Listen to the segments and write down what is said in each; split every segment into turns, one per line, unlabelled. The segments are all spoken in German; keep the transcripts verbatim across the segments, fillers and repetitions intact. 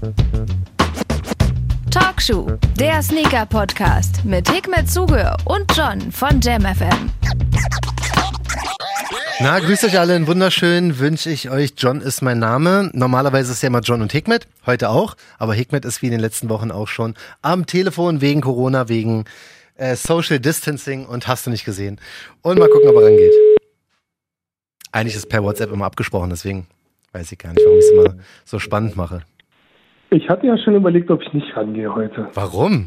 Talkshow, der Sneaker-Podcast mit Hikmet Zuge und John von Jam F M.
Na, grüßt euch alle, einen wunderschönen wünsche ich euch. John ist mein Name. Normalerweise ist ja immer John und Hikmet, heute auch. Aber Hikmet ist wie in den letzten Wochen auch schon am Telefon wegen Corona, wegen äh, Social Distancing und hast du nicht gesehen. Und mal gucken, ob er rangeht. Eigentlich ist per WhatsApp immer abgesprochen, deswegen weiß ich gar nicht, warum ich es immer so spannend mache.
Ich hatte ja schon überlegt, ob ich nicht rangehe heute.
Warum?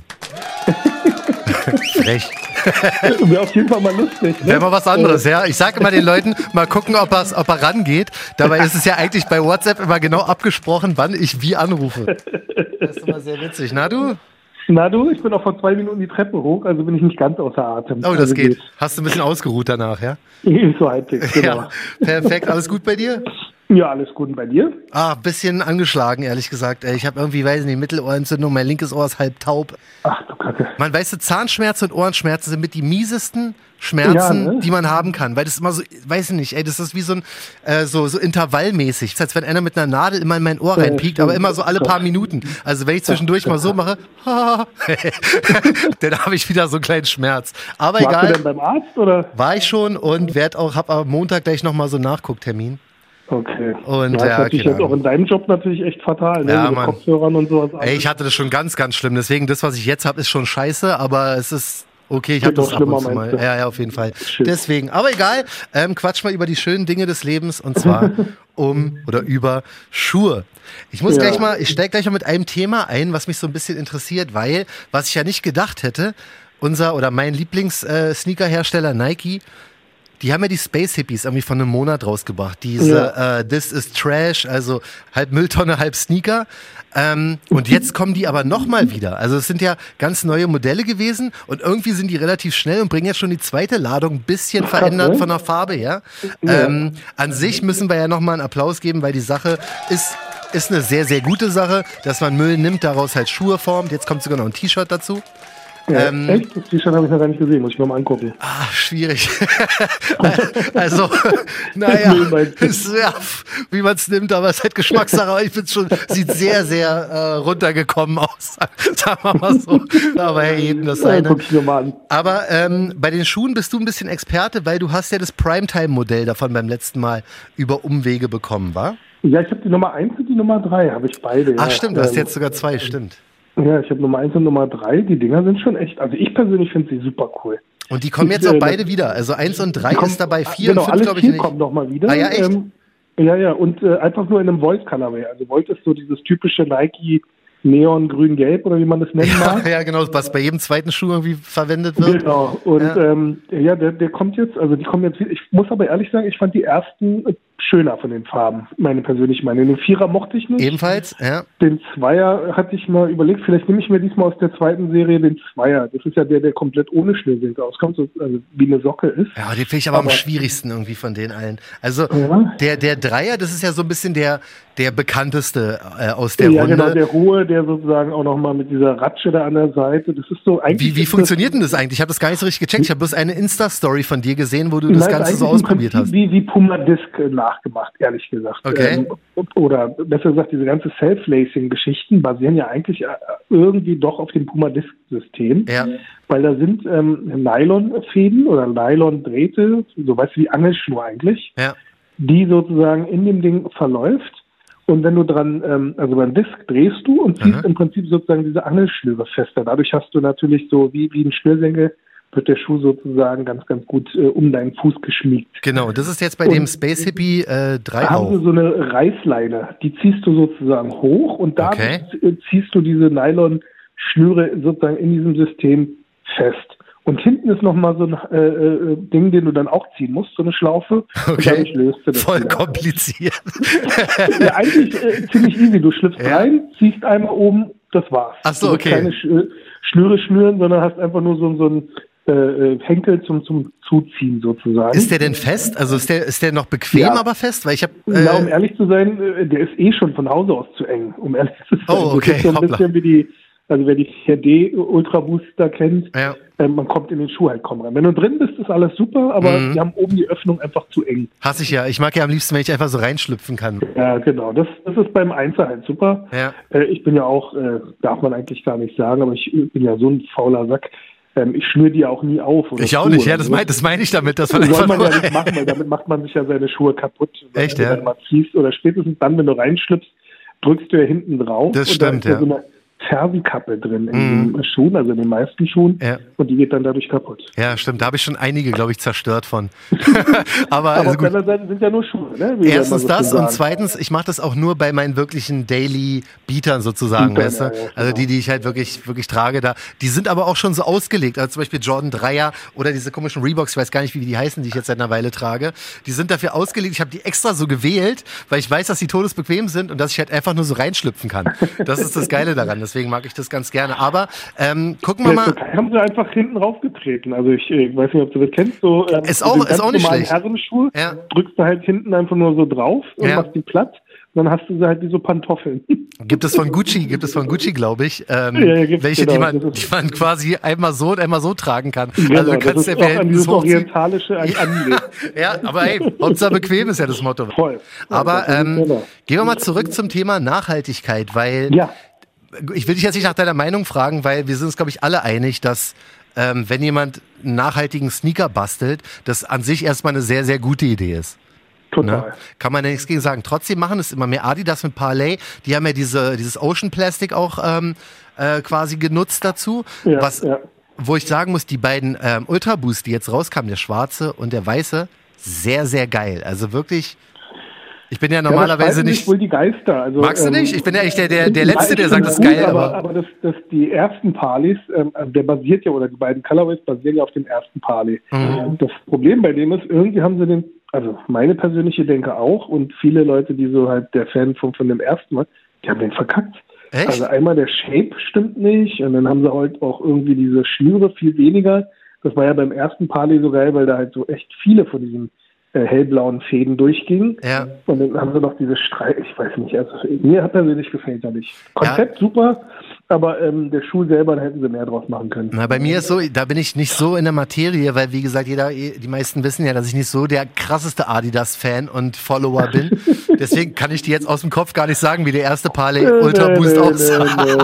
Frech.
Wäre auf jeden Fall mal lustig. Ne?
Wäre mal was anderes, ja. Ich sage immer den Leuten, mal gucken, ob, ob er rangeht. Dabei ist es ja eigentlich bei WhatsApp immer genau abgesprochen, wann ich wie anrufe. Das ist immer sehr witzig. Na du?
Na du, ich bin auch vor zwei Minuten die Treppe hoch, also bin ich nicht ganz außer Atem.
Oh, das
also
geht.
geht.
Hast du ein bisschen ausgeruht danach, ja?
So halbwegs, genau.
Ja, perfekt. Alles gut bei dir?
Ja, alles gut. Und bei dir?
Ah, ein bisschen angeschlagen, ehrlich gesagt. Ich habe irgendwie, weiß nicht, Mittelohrentzündung, mein linkes Ohr ist halb taub.
Ach du Kacke.
Man weiß, so Zahnschmerzen und Ohrenschmerzen sind mit die miesesten Schmerzen,
Ja, ne?
die man haben kann. Weil das immer so, weiß ich nicht, ey, das ist wie so ein, äh, so, so intervallmäßig. Das ist, als wenn einer mit einer Nadel immer in mein Ohr reinpiekt, aber immer so alle paar Minuten. Also wenn ich zwischendurch mal so mache, dann habe ich wieder so einen kleinen Schmerz. Aber
Warst
egal.
du denn beim Arzt, oder?
War ich schon und werd auch, hab am Montag gleich nochmal so einen Nachgucktermin.
Okay.
Und,
ja, das
ja,
ist natürlich
keine
jetzt auch in deinem Job natürlich echt fatal, ne?
Ja,
Mit
Mann.
Kopfhörern und sowas.
Ey, ich hatte das schon ganz, ganz schlimm. Deswegen, das, was ich jetzt habe, ist schon scheiße, aber es ist okay, ich habe das ab und zu mal. Ja, ja, auf jeden Fall.
Shit.
Deswegen, aber egal, ähm, quatsch mal über die schönen Dinge des Lebens und zwar um oder über Schuhe. Ich muss
Ja.
gleich mal, ich steige gleich mal mit einem Thema ein, was mich so ein bisschen interessiert, weil, was ich ja nicht gedacht hätte, unser oder mein Lieblings-Sneaker-Hersteller Nike, die haben ja die Space Hippies irgendwie von einem Monat rausgebracht. Diese
Ja.
äh, This is Trash, also halb Mülltonne, halb Sneaker. Ähm, und jetzt kommen die aber nochmal wieder. Also es sind ja ganz neue Modelle gewesen und irgendwie sind die relativ schnell und bringen jetzt schon die zweite Ladung ein bisschen
Krass,
verändert
ne?
von der Farbe her.
Ja.
Ähm, an sich müssen wir ja nochmal einen Applaus geben, weil die Sache ist, ist eine sehr, sehr gute Sache, dass man Müll nimmt, daraus halt Schuhe formt. Jetzt kommt sogar noch ein T-Shirt dazu.
Ja,
ähm,
echt? Das T-Shirt habe ich noch gar nicht gesehen, muss ich mir mal angucken.
Ah, schwierig. Also, naja, ist, ja, wie man es nimmt, aber es ist halt Geschmackssache. Aber ich finde es schon, sieht sehr, sehr äh, runtergekommen aus. Sagen wir mal so. Aber hey, jedem das
Ja,
seine.
guck ich mir mal an.
Aber ähm, bei den Schuhen bist du ein bisschen Experte, weil du hast ja das Primetime-Modell davon beim letzten Mal über Umwege bekommen, wa?
Ja, ich habe die Nummer eins und die Nummer drei, habe ich beide.
Ach
ja.
stimmt, du hast
Ähm,
jetzt sogar zwei, stimmt.
Ja, ich habe Nummer eins und Nummer drei. Die Dinger sind schon echt, also ich persönlich finde sie super cool.
Und die kommen
Ich,
jetzt auch
äh,
beide wieder. Also eins und drei
Kommt-
ist dabei, vier
genau,
und fünf
alles
glaube ich
vier
nicht.
kommt nochmal wieder.
Ah ja, echt?
Ähm, ja, ja, und äh, einfach nur in einem Volt-Colorway. Also Volt ist so dieses typische Nike Neon, Grün, Gelb oder wie man das nennen
Ja,
mag.
ja, genau, was bei jedem zweiten Schuh irgendwie verwendet wird.
Genau. Und
Ja.
ja, ähm, ja der, der kommt jetzt, also die kommen jetzt wieder. Ich muss aber ehrlich sagen, ich fand die ersten schöner von den Farben, meine persönliche Meinung. Den Vierer mochte ich nicht.
Ebenfalls, ja.
Den Zweier hatte ich mal überlegt, vielleicht nehme ich mir diesmal aus der zweiten Serie den Zweier. Das ist ja der, der komplett ohne Schnürsenkel auskommt, so, also wie eine Socke ist.
Ja, den finde ich aber,
Aber-
am schwierigsten irgendwie von den allen. Also
Ja.
der, der Dreier, das ist ja so ein bisschen der, der bekannteste äh, aus der
ja,
Runde.
genau, der hohe, der sozusagen auch nochmal mit dieser Ratsche da an der Seite, das ist so eigentlich...
Wie, wie
ist
funktioniert denn das eigentlich? Ich habe das gar nicht so richtig gecheckt. Ich habe bloß eine Insta-Story von dir gesehen, wo du das
Nein,
Ganze so
eigentlich im
ausprobiert
Prinzip
hast.
Wie, wie Puma Disc äh, nachgemacht, ehrlich gesagt.
Okay.
Ähm, oder besser gesagt, diese ganze Self-Lacing-Geschichten basieren ja eigentlich äh, irgendwie doch auf dem Puma Disc-System.
Ja.
Weil da sind ähm, Nylon-Fäden oder Nylon-Drähte, so weißt du, wie Angelschnur eigentlich,
Ja.
die sozusagen in dem Ding verläuft. Und wenn du dran, ähm, also beim Disc drehst du und ziehst
Aha.
im Prinzip sozusagen diese Angelschnüre fester. Dadurch hast du natürlich so wie, wie ein Schnürsenkel, wird der Schuh sozusagen ganz, ganz gut äh, um deinen Fuß geschmiegt.
Genau, das ist jetzt bei
Und-
dem Space Hippie äh, drei
Da haben
auch.
sie so eine Reißleine, die ziehst du sozusagen hoch und da
Okay.
ziehst du diese Nylon-Schnüre sozusagen in diesem System fest. Und hinten ist nochmal so ein äh, äh, Ding, den du dann auch ziehen musst, so eine Schlaufe. Und
Okay.
dadurch löst du das
Voll
wieder.
kompliziert.
Ja, eigentlich äh, ziemlich easy. Du schlüpfst
Ja.
rein, ziehst einmal oben, das war's.
Ach so,
Du musst
okay.
keine Sch äh, Schnüre schnüren, sondern hast einfach nur so, so ein äh, äh, Henkel zum, zum Zuziehen sozusagen.
Ist der denn fest? Also ist der, ist der noch bequem,
Ja.
aber fest? Weil ich habe.
Ja, um
Äh,
ehrlich zu sein, äh, der ist eh schon von Hause aus zu eng, um ehrlich zu sein.
Oh, okay,
Das ist so ein
hoppla.
bisschen wie die, Also wer die vier D Ultra Booster kennt,
Ja.
äh, man kommt in den Schuh halt kaum rein. Wenn du drin bist, ist alles super, aber
Mhm.
die haben oben die Öffnung einfach zu eng.
Hasse ich ja. Ich mag ja am liebsten, wenn ich einfach so reinschlüpfen kann.
Ja, genau. Das, das ist beim Einser halt super.
Ja.
Äh, ich bin ja auch, äh, darf man eigentlich gar nicht sagen, aber ich bin ja so ein fauler Sack. Ähm, ich schnüre die ja auch nie auf. Oder
Ich auch
zu
nicht, ja,
oder
das
so.
meine das mein ich damit, dass man
Das soll
einfach
man
nur
ja nicht machen, weil damit macht man sich ja seine Schuhe kaputt.
Echt,
wenn
ja?
du dann mal ziehst oder spätestens dann, wenn du reinschlüpfst, drückst du ja hinten drauf.
Das
und
stimmt,
da ist
ja.
so eine Fersenkappe drin in
Mhm.
den Schuhen, also in den meisten Schuhen.
Ja.
Und die geht dann dadurch kaputt.
Ja, stimmt. Da habe ich schon einige, glaube ich, zerstört von. Aber,
Aber
also
auf der
gut.
anderen Seite sind ja nur Schuhe. Ne? Wie
Erstens
wir immer so
das
schön
und
sagen.
zweitens, ich mache das auch nur bei meinen wirklichen Daily-Beatern sozusagen,
Beatern,
weißt du?
ja, ja,
Also
genau.
die, die ich halt wirklich, wirklich trage da. Die sind aber auch schon so ausgelegt. Also zum Beispiel Jordan Dreier oder diese komischen Reeboks, ich weiß gar nicht, wie die heißen, die ich jetzt seit einer Weile trage. Die sind dafür ausgelegt. Ich habe die extra so gewählt, weil ich weiß, dass die todesbequem sind und dass ich halt einfach nur so reinschlüpfen kann. Das ist das Geile daran. Deswegen mag ich das ganz gerne. Aber ähm, gucken wir
Ja,
mal.
total. Haben sie einfach hinten raufgetreten. Also ich, ich weiß nicht, ob du das kennst. So, ähm,
Ist auch-
diese
ist
ganz
auch nicht
normalen
schlecht.
Herrenschuhe,
Ja.
drückst du halt hinten einfach nur so drauf und
Ja.
machst die platt. Dann hast du sie halt wie so Pantoffeln.
Gibt es von Gucci, gibt es von Gucci, glaube ich, ähm,
Ja, ja, gibt's,
welche, die,
genau.
man,
Das ist-
die man quasi einmal so und einmal so tragen kann.
Genau,
also du
das
kannst
ist
ja
auch an dieses
hochziehen.
Orientalische an- anlegen.
Ja, aber hey, Hauptsache bequem ist ja das Motto.
Voll.
Aber
Ja, das ist
ähm,
genau.
gehen wir mal zurück zum Thema Nachhaltigkeit, weil
Ja,
ich will dich jetzt nicht nach deiner Meinung fragen, weil wir sind uns, glaube ich, alle einig, dass ähm, wenn jemand einen nachhaltigen Sneaker bastelt, das an sich erstmal eine sehr, sehr gute Idee ist.
total.
Ne? Kann man ja nichts gegen sagen. Trotzdem machen es immer mehr. Adidas mit Parley, die haben ja diese, dieses Ocean Plastic auch ähm, äh, quasi genutzt dazu.
Ja,
was,
ja.
Wo ich sagen muss, die beiden ähm, Ultra Boost, die jetzt rauskamen, der schwarze und der weiße, sehr, sehr geil. Also wirklich, ich bin ja normalerweise
ja, da
nicht...
sich wohl die Geister. Also,
Magst du
ähm,
nicht? Ich bin ja echt der, der,
ich
der
finde
Letzte,
die
der sagt, das ist
gut,
geil,
aber,
aber...
aber das, das, die ersten Parleys, ähm, also der basiert ja, oder die beiden Colorways basieren ja auf dem ersten Parley.
Mhm.
Das Problem bei dem ist, irgendwie haben sie den, also meine persönliche Denke auch und viele Leute, die so halt der Fan von, von dem ersten Mal, die haben den verkackt.
Echt?
Also einmal der Shape stimmt nicht und dann haben sie halt auch irgendwie diese Schnüre viel weniger. Das war ja beim ersten Parley so geil, weil da halt so echt viele von diesen äh, hellblauen Fäden durchgingen.
Ja.
Und dann haben sie noch diese Streif, ich weiß nicht, also mir hat persönlich gefällt er nicht. Konzept super, aber ähm, der Schuh selber, da hätten sie mehr draus machen können.
Na, bei mir ist so, da bin ich nicht so in der Materie, weil wie gesagt, jeder, die meisten wissen ja, dass ich nicht so der krasseste Adidas-Fan und Follower bin. Deswegen kann ich dir jetzt aus dem Kopf gar nicht sagen, wie der erste Parley Ultra Boost aussah.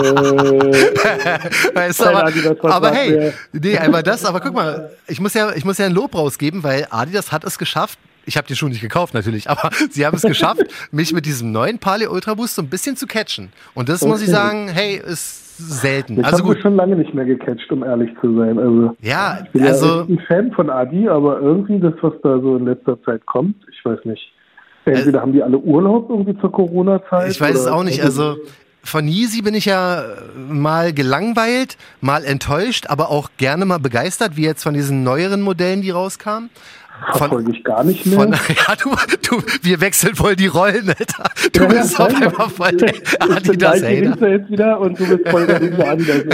Weißt du,
Kein
aber,
Adidas, was
aber
sagt
hey,
der?
nee, einmal das, aber guck mal, ich muss ja, ich muss ja ein Lob rausgeben, weil Adidas hat es geschafft. Ich habe den Schuh nicht gekauft natürlich, aber sie haben es geschafft, mich mit diesem neuen Parley Ultra Boost so ein bisschen zu catchen. Und das muss ich
Okay.
sagen, hey, ist selten.
Ich
Also
habe
gut.
mich schon lange nicht mehr gecatcht, um ehrlich zu sein. Also
Ja,
ich bin
also
ja echt ein Fan von Adi, aber irgendwie das, was da so in letzter Zeit kommt, ich weiß nicht. Entweder haben die alle Urlaub irgendwie zur Corona-Zeit.
ich weiß es
oder-
auch nicht. Also von Yeezy bin ich ja mal gelangweilt, mal enttäuscht, aber auch gerne mal begeistert, wie jetzt von diesen neueren Modellen, die rauskamen.
verfolge ich gar nicht mehr.
Von, ja, du, du, wir wechseln voll die Rollen, Alter. Du
Ja,
bist
ja,
auf
ja.
einmal voll der
Ich bin
Adidas,
Nike
ey.
Winter jetzt wieder und du bist voll der riesen Adidas.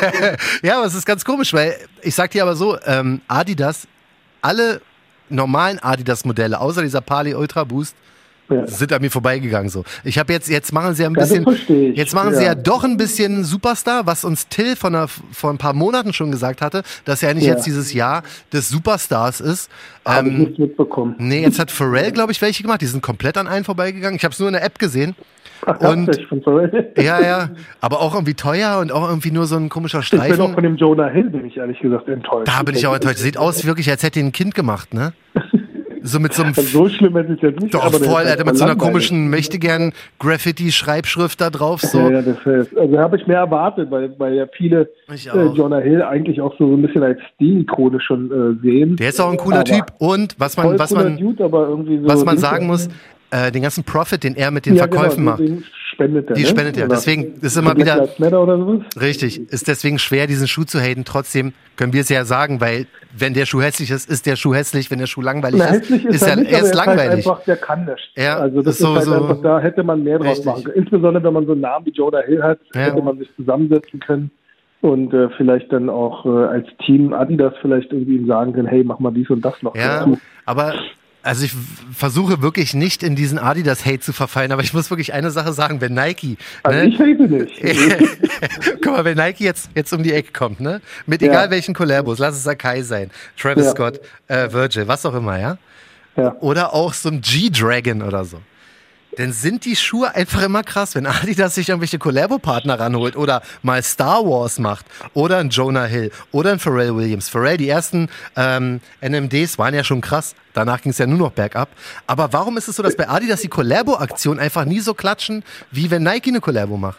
Ja, aber es ist ganz komisch, weil ich sag dir aber so, ähm, Adidas, alle normalen Adidas-Modelle, außer dieser Parley Ultra Boost,
Ja.
sind an mir vorbeigegangen so. Ich habe jetzt, jetzt machen sie ja ein
Ja, das
bisschen,
verstehe ich.
jetzt machen sie
Ja.
ja doch ein bisschen Superstar, was uns Till von einer, vor ein paar Monaten schon gesagt hatte, dass er eigentlich
Ja.
jetzt dieses Jahr des Superstars ist.
Habe ich
Ähm,
nichts mitbekommen.
nee, jetzt hat Pharrell, glaube ich, welche gemacht. Die sind komplett an einen vorbeigegangen. Ich habe es nur in der App gesehen.
Ach,
und-
und, ich von Pharrell.
Ja, ja. Aber auch irgendwie teuer und auch irgendwie nur so ein komischer
Ich bin auch
Streifen.
von dem Jonah Hill, bin ich ehrlich gesagt enttäuscht.
Da bin ich auch enttäuscht. Sieht aus wirklich, als hätte ihn ein Kind gemacht, ne? So mit so einem...
Also so schlimm ist es jetzt nicht.
Doch,
aber der
voll,
ist halt
Alter, mit so einer
langweilig.
komischen, möchte gern Graffiti-Schreibschrift da drauf, so.
Ja, ja, das heißt, also habe ich mehr erwartet, weil, weil ja viele
Ich
äh,
auch.
Jonah Hill eigentlich auch so ein bisschen als Stilikone schon äh, sehen.
Der ist auch ein cooler
Aber
Typ. Und was man,
Voll
was
cooler
man,
Dude, aber irgendwie so
was man
Ding-
sagen muss, äh, den ganzen Profit, den er mit den
ja,
Verkäufen
genau,
macht.
den spendet er.
Die
ne?
spendet er.
Oder
Deswegen ist immer
Black
wieder-
Lives Matter oder sowas?
Richtig. Ist deswegen schwer, diesen Schuh zu haten. Trotzdem können wir es ja sagen, weil wenn der Schuh hässlich ist, ist der Schuh hässlich. Wenn der Schuh langweilig
Na,
ist,
hässlich ist,
ist
er
er,
nicht,
er
aber
ist
er ist
langweilig.
halt einfach, der kann nicht.
Ja,
also das
ist so-
ist halt
so-
einfach, da hätte man mehr draus
Richtig.
machen können. Insbesondere, wenn man so einen Namen wie Jonah Hill hat,
Ja.
hätte man sich zusammensetzen können und äh, vielleicht dann auch äh, als Team Adidas vielleicht irgendwie ihm sagen können, hey, mach mal dies und das noch
Ja,
dazu.
aber Also ich versuche wirklich nicht in diesen Adidas-Hate zu verfallen, aber ich muss wirklich eine Sache sagen, wenn Nike...
Also
ne,
ich hate nicht.
Guck mal, wenn Nike jetzt, jetzt um die Ecke kommt, ne? Mit ja. egal welchen Collabos, lass es Akai sein, Travis ja. Scott, äh, Virgil, was auch immer, ja?
ja?
Oder auch so ein G-Dragon oder so. Dann sind die Schuhe einfach immer krass, wenn Adidas sich irgendwelche Collabo-Partner ranholt oder mal Star Wars macht oder ein Jonah Hill oder ein Pharrell Williams. Pharrell, die ersten ähm, N M Ds waren ja schon krass, danach ging es ja nur noch bergab. Aber warum ist es so, dass bei Adidas die Collabo-Aktionen einfach nie so klatschen, wie wenn Nike eine Collabo macht?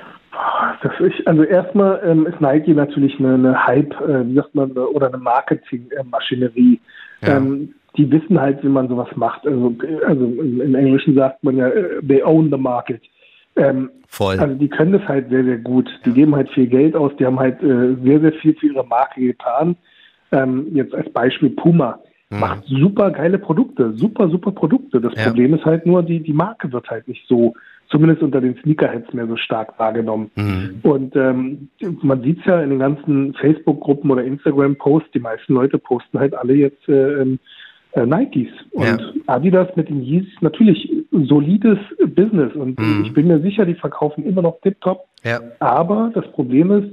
Das ist, also erstmal ähm, ist Nike natürlich eine, eine Hype, äh, wie sagt man, oder eine Marketing-Maschinerie.
Ja.
Ähm, die wissen halt, wie man sowas macht. Also, also im, im Englischen sagt man ja, they own the market. Ähm,
Voll.
Also die können das halt sehr, sehr gut. Die geben halt viel Geld aus, die haben halt äh, sehr, sehr viel für ihre Marke getan. Ähm, jetzt als Beispiel Puma. Mhm. Macht super geile Produkte, super, super Produkte. Das
ja.
Problem ist halt nur, die, die Marke wird halt nicht so, zumindest unter den Sneakerheads, mehr so stark wahrgenommen.
Mhm.
Und ähm, man sieht es ja in den ganzen Facebook-Gruppen oder Instagram-Posts, die meisten Leute posten halt alle jetzt äh, Äh, Nikes und
ja.
Adidas mit den Yeezys, natürlich solides Business und
mhm.
ich bin mir sicher, die verkaufen immer noch tipptopp,
ja.
aber das Problem ist,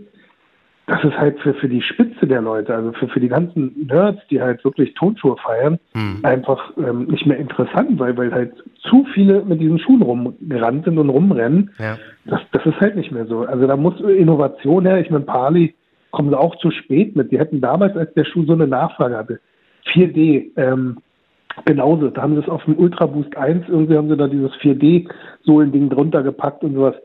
das ist halt für, für die Spitze der Leute, also für, für die ganzen Nerds, die halt wirklich Tonschuhe feiern,
mhm.
einfach ähm, nicht mehr interessant, weil, weil halt zu viele mit diesen Schuhen rumgerannt sind und rumrennen.
Ja.
Das, das ist halt nicht mehr so. Also da muss Innovation her. Ich meine, Parley kommen sie auch zu spät mit. Die hätten damals, als der Schuh so eine Nachfrage hatte, vier D, ähm, genauso. Da haben sie es auf dem Ultra Boost eins, irgendwie haben sie da dieses vier D-Sohlending drunter gepackt und sowas.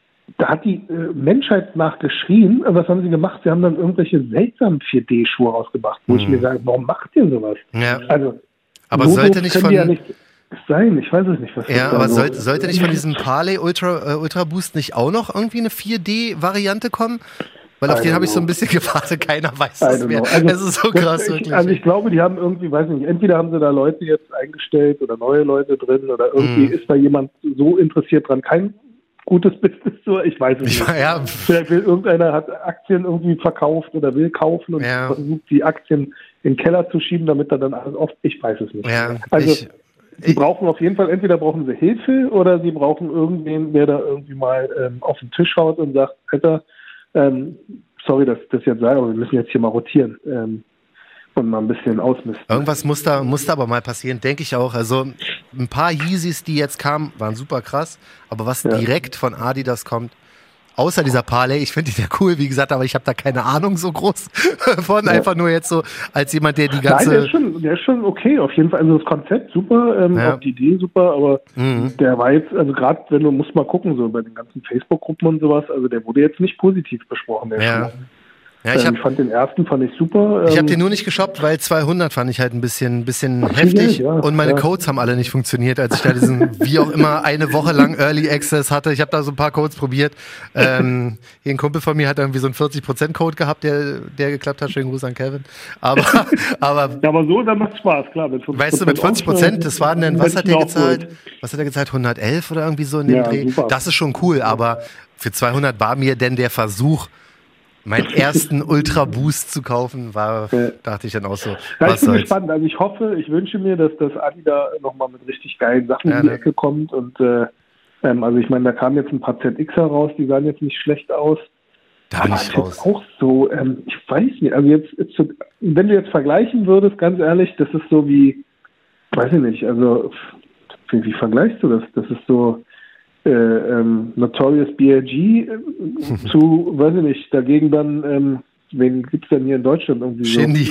Da hat die äh, Menschheit nach geschrien. Was haben sie gemacht? Sie haben dann irgendwelche seltsamen vier D-Schuhe rausgebracht, wo hm. ich mir sage, warum macht ihr sowas?
Ja.
Also,
aber
so
sollte nicht von...
Ja nicht sein, ich weiß es nicht. Was
ja, aber sollte, sollte nicht von diesem Parley Ultra, äh, Ultra Boost nicht auch noch irgendwie eine vier D-Variante kommen? Weil auf den habe ich so ein bisschen gewartet, keiner weiß es mehr. Also, es ist so krass,
ich,
wirklich.
Also ich glaube, die haben irgendwie, weiß nicht, entweder haben sie da Leute jetzt eingestellt oder neue Leute drin oder irgendwie mm. ist da jemand so interessiert dran, kein gutes Business zu, ich weiß es
ich,
nicht.
Ja.
Vielleicht will irgendeiner hat Aktien irgendwie verkauft oder will kaufen und
ja.
versucht die Aktien in den Keller zu schieben, damit er dann alles oft, ich weiß es nicht.
Ja,
also
ich,
sie
ich,
brauchen auf jeden Fall, entweder brauchen sie Hilfe oder sie brauchen irgendwen, der da irgendwie mal ähm, auf den Tisch haut und sagt, Alter, ähm, sorry, dass ich das jetzt sage, aber wir müssen jetzt hier mal rotieren ähm, und mal ein bisschen ausmisten.
Irgendwas muss da, muss da aber mal passieren, denke ich auch. Also ein paar Yeezys, die jetzt kamen, waren super krass, aber was ja. direkt von Adidas kommt, außer dieser Parley, ich finde die ja cool, wie gesagt, aber ich habe da keine Ahnung so groß von, ja. einfach nur jetzt so als jemand, der die ganze...
Nein, der ist schon, der ist schon okay, auf jeden Fall. Also das Konzept super, ähm,
ja.
auch die Idee super, aber
mhm.
der war jetzt, also gerade wenn du, musst mal gucken, so bei den ganzen Facebook-Gruppen und sowas, also der wurde jetzt nicht positiv besprochen, der
ja.
Schuh.
Ja, ich,
ähm,
hab,
ich fand den ersten, fand ich super.
Ich
ähm,
habe den nur nicht geshoppt, weil zweihundert fand ich halt ein bisschen, bisschen
Ach,
heftig
ja,
und meine
ja.
Codes haben alle nicht funktioniert, als ich da diesen, wie auch immer, eine Woche lang Early Access hatte. Ich habe da so ein paar Codes probiert. Ähm, hier ein Kumpel von mir hat irgendwie so einen vierzig Prozent Code gehabt, der, der geklappt hat. Schönen Gruß an Kevin. Aber, aber,
ja, aber so, dann macht Spaß, klar. Mit
weißt du, mit vierzig Prozent, das waren denn, was hat der gezahlt? Was hat er gezahlt? hundertelf oder irgendwie so in dem
ja,
Dreh?
Super.
Das ist schon cool, aber für zweihundert war mir denn der Versuch, meinen ersten Ultra Boost zu kaufen, war, ja. dachte ich dann auch so.
Ja,
was
ich bin
soll's.
gespannt. Also ich hoffe, ich wünsche mir, dass das Adi da nochmal mit richtig geilen Sachen
ja,
in die
ne?
Ecke kommt. Und äh, ähm, also ich meine, da kamen jetzt ein paar Z Xer raus, die sahen jetzt nicht schlecht aus.
Da bin
aber
ich
ist
raus.
Jetzt auch so, ähm, ich weiß nicht, also jetzt, jetzt, wenn du jetzt vergleichen würdest, ganz ehrlich, das ist so wie, weiß ich nicht, also wie, wie vergleichst du das? Das ist so äh, ähm, Notorious B I G äh, zu, weiß ich nicht, dagegen dann ähm, wen gibt es denn hier in Deutschland irgendwie so?
Shindy.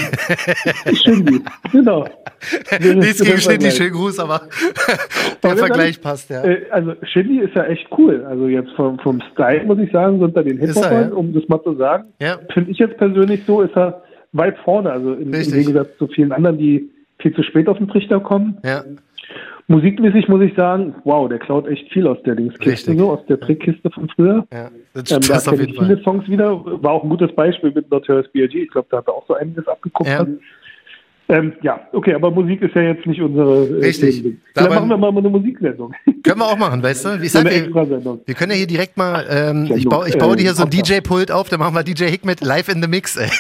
Shindy, genau.
Nichts gegen Shindy, schönen Gruß, aber der aber Vergleich passt, ja.
Also Shindy ist ja echt cool. Also jetzt vom, vom Style, muss ich sagen, so unter den Hip-Hopern, ja. um das mal zu sagen,
ja.
finde ich jetzt persönlich so, ist er weit vorne. Also im, im Gegensatz zu vielen anderen, die viel zu spät auf den Trichter kommen.
Ja.
Musikmäßig muss ich sagen, wow, der klaut echt viel aus der Dingskiste, so aus der Trickkiste von früher.
Ja,
das ähm, da kenne ich viele Songs wieder. War auch ein gutes Beispiel mit Notorious B I G Ich glaube, da hat er auch so einiges abgeguckt.
Ja.
Ähm, ja, okay, aber Musik ist ja jetzt nicht unsere... Äh,
Richtig.
Dann machen wir mal eine Musiksendung.
Können wir auch machen, weißt du? Wie ich sag,
eine
wir,
Extrasendung.
wir können ja hier direkt mal, ähm, ich,
Sendung,
baue, ich baue dir hier
äh,
so ein D J-Pult auf, dann machen wir D J Hikmet live in the Mix, ey.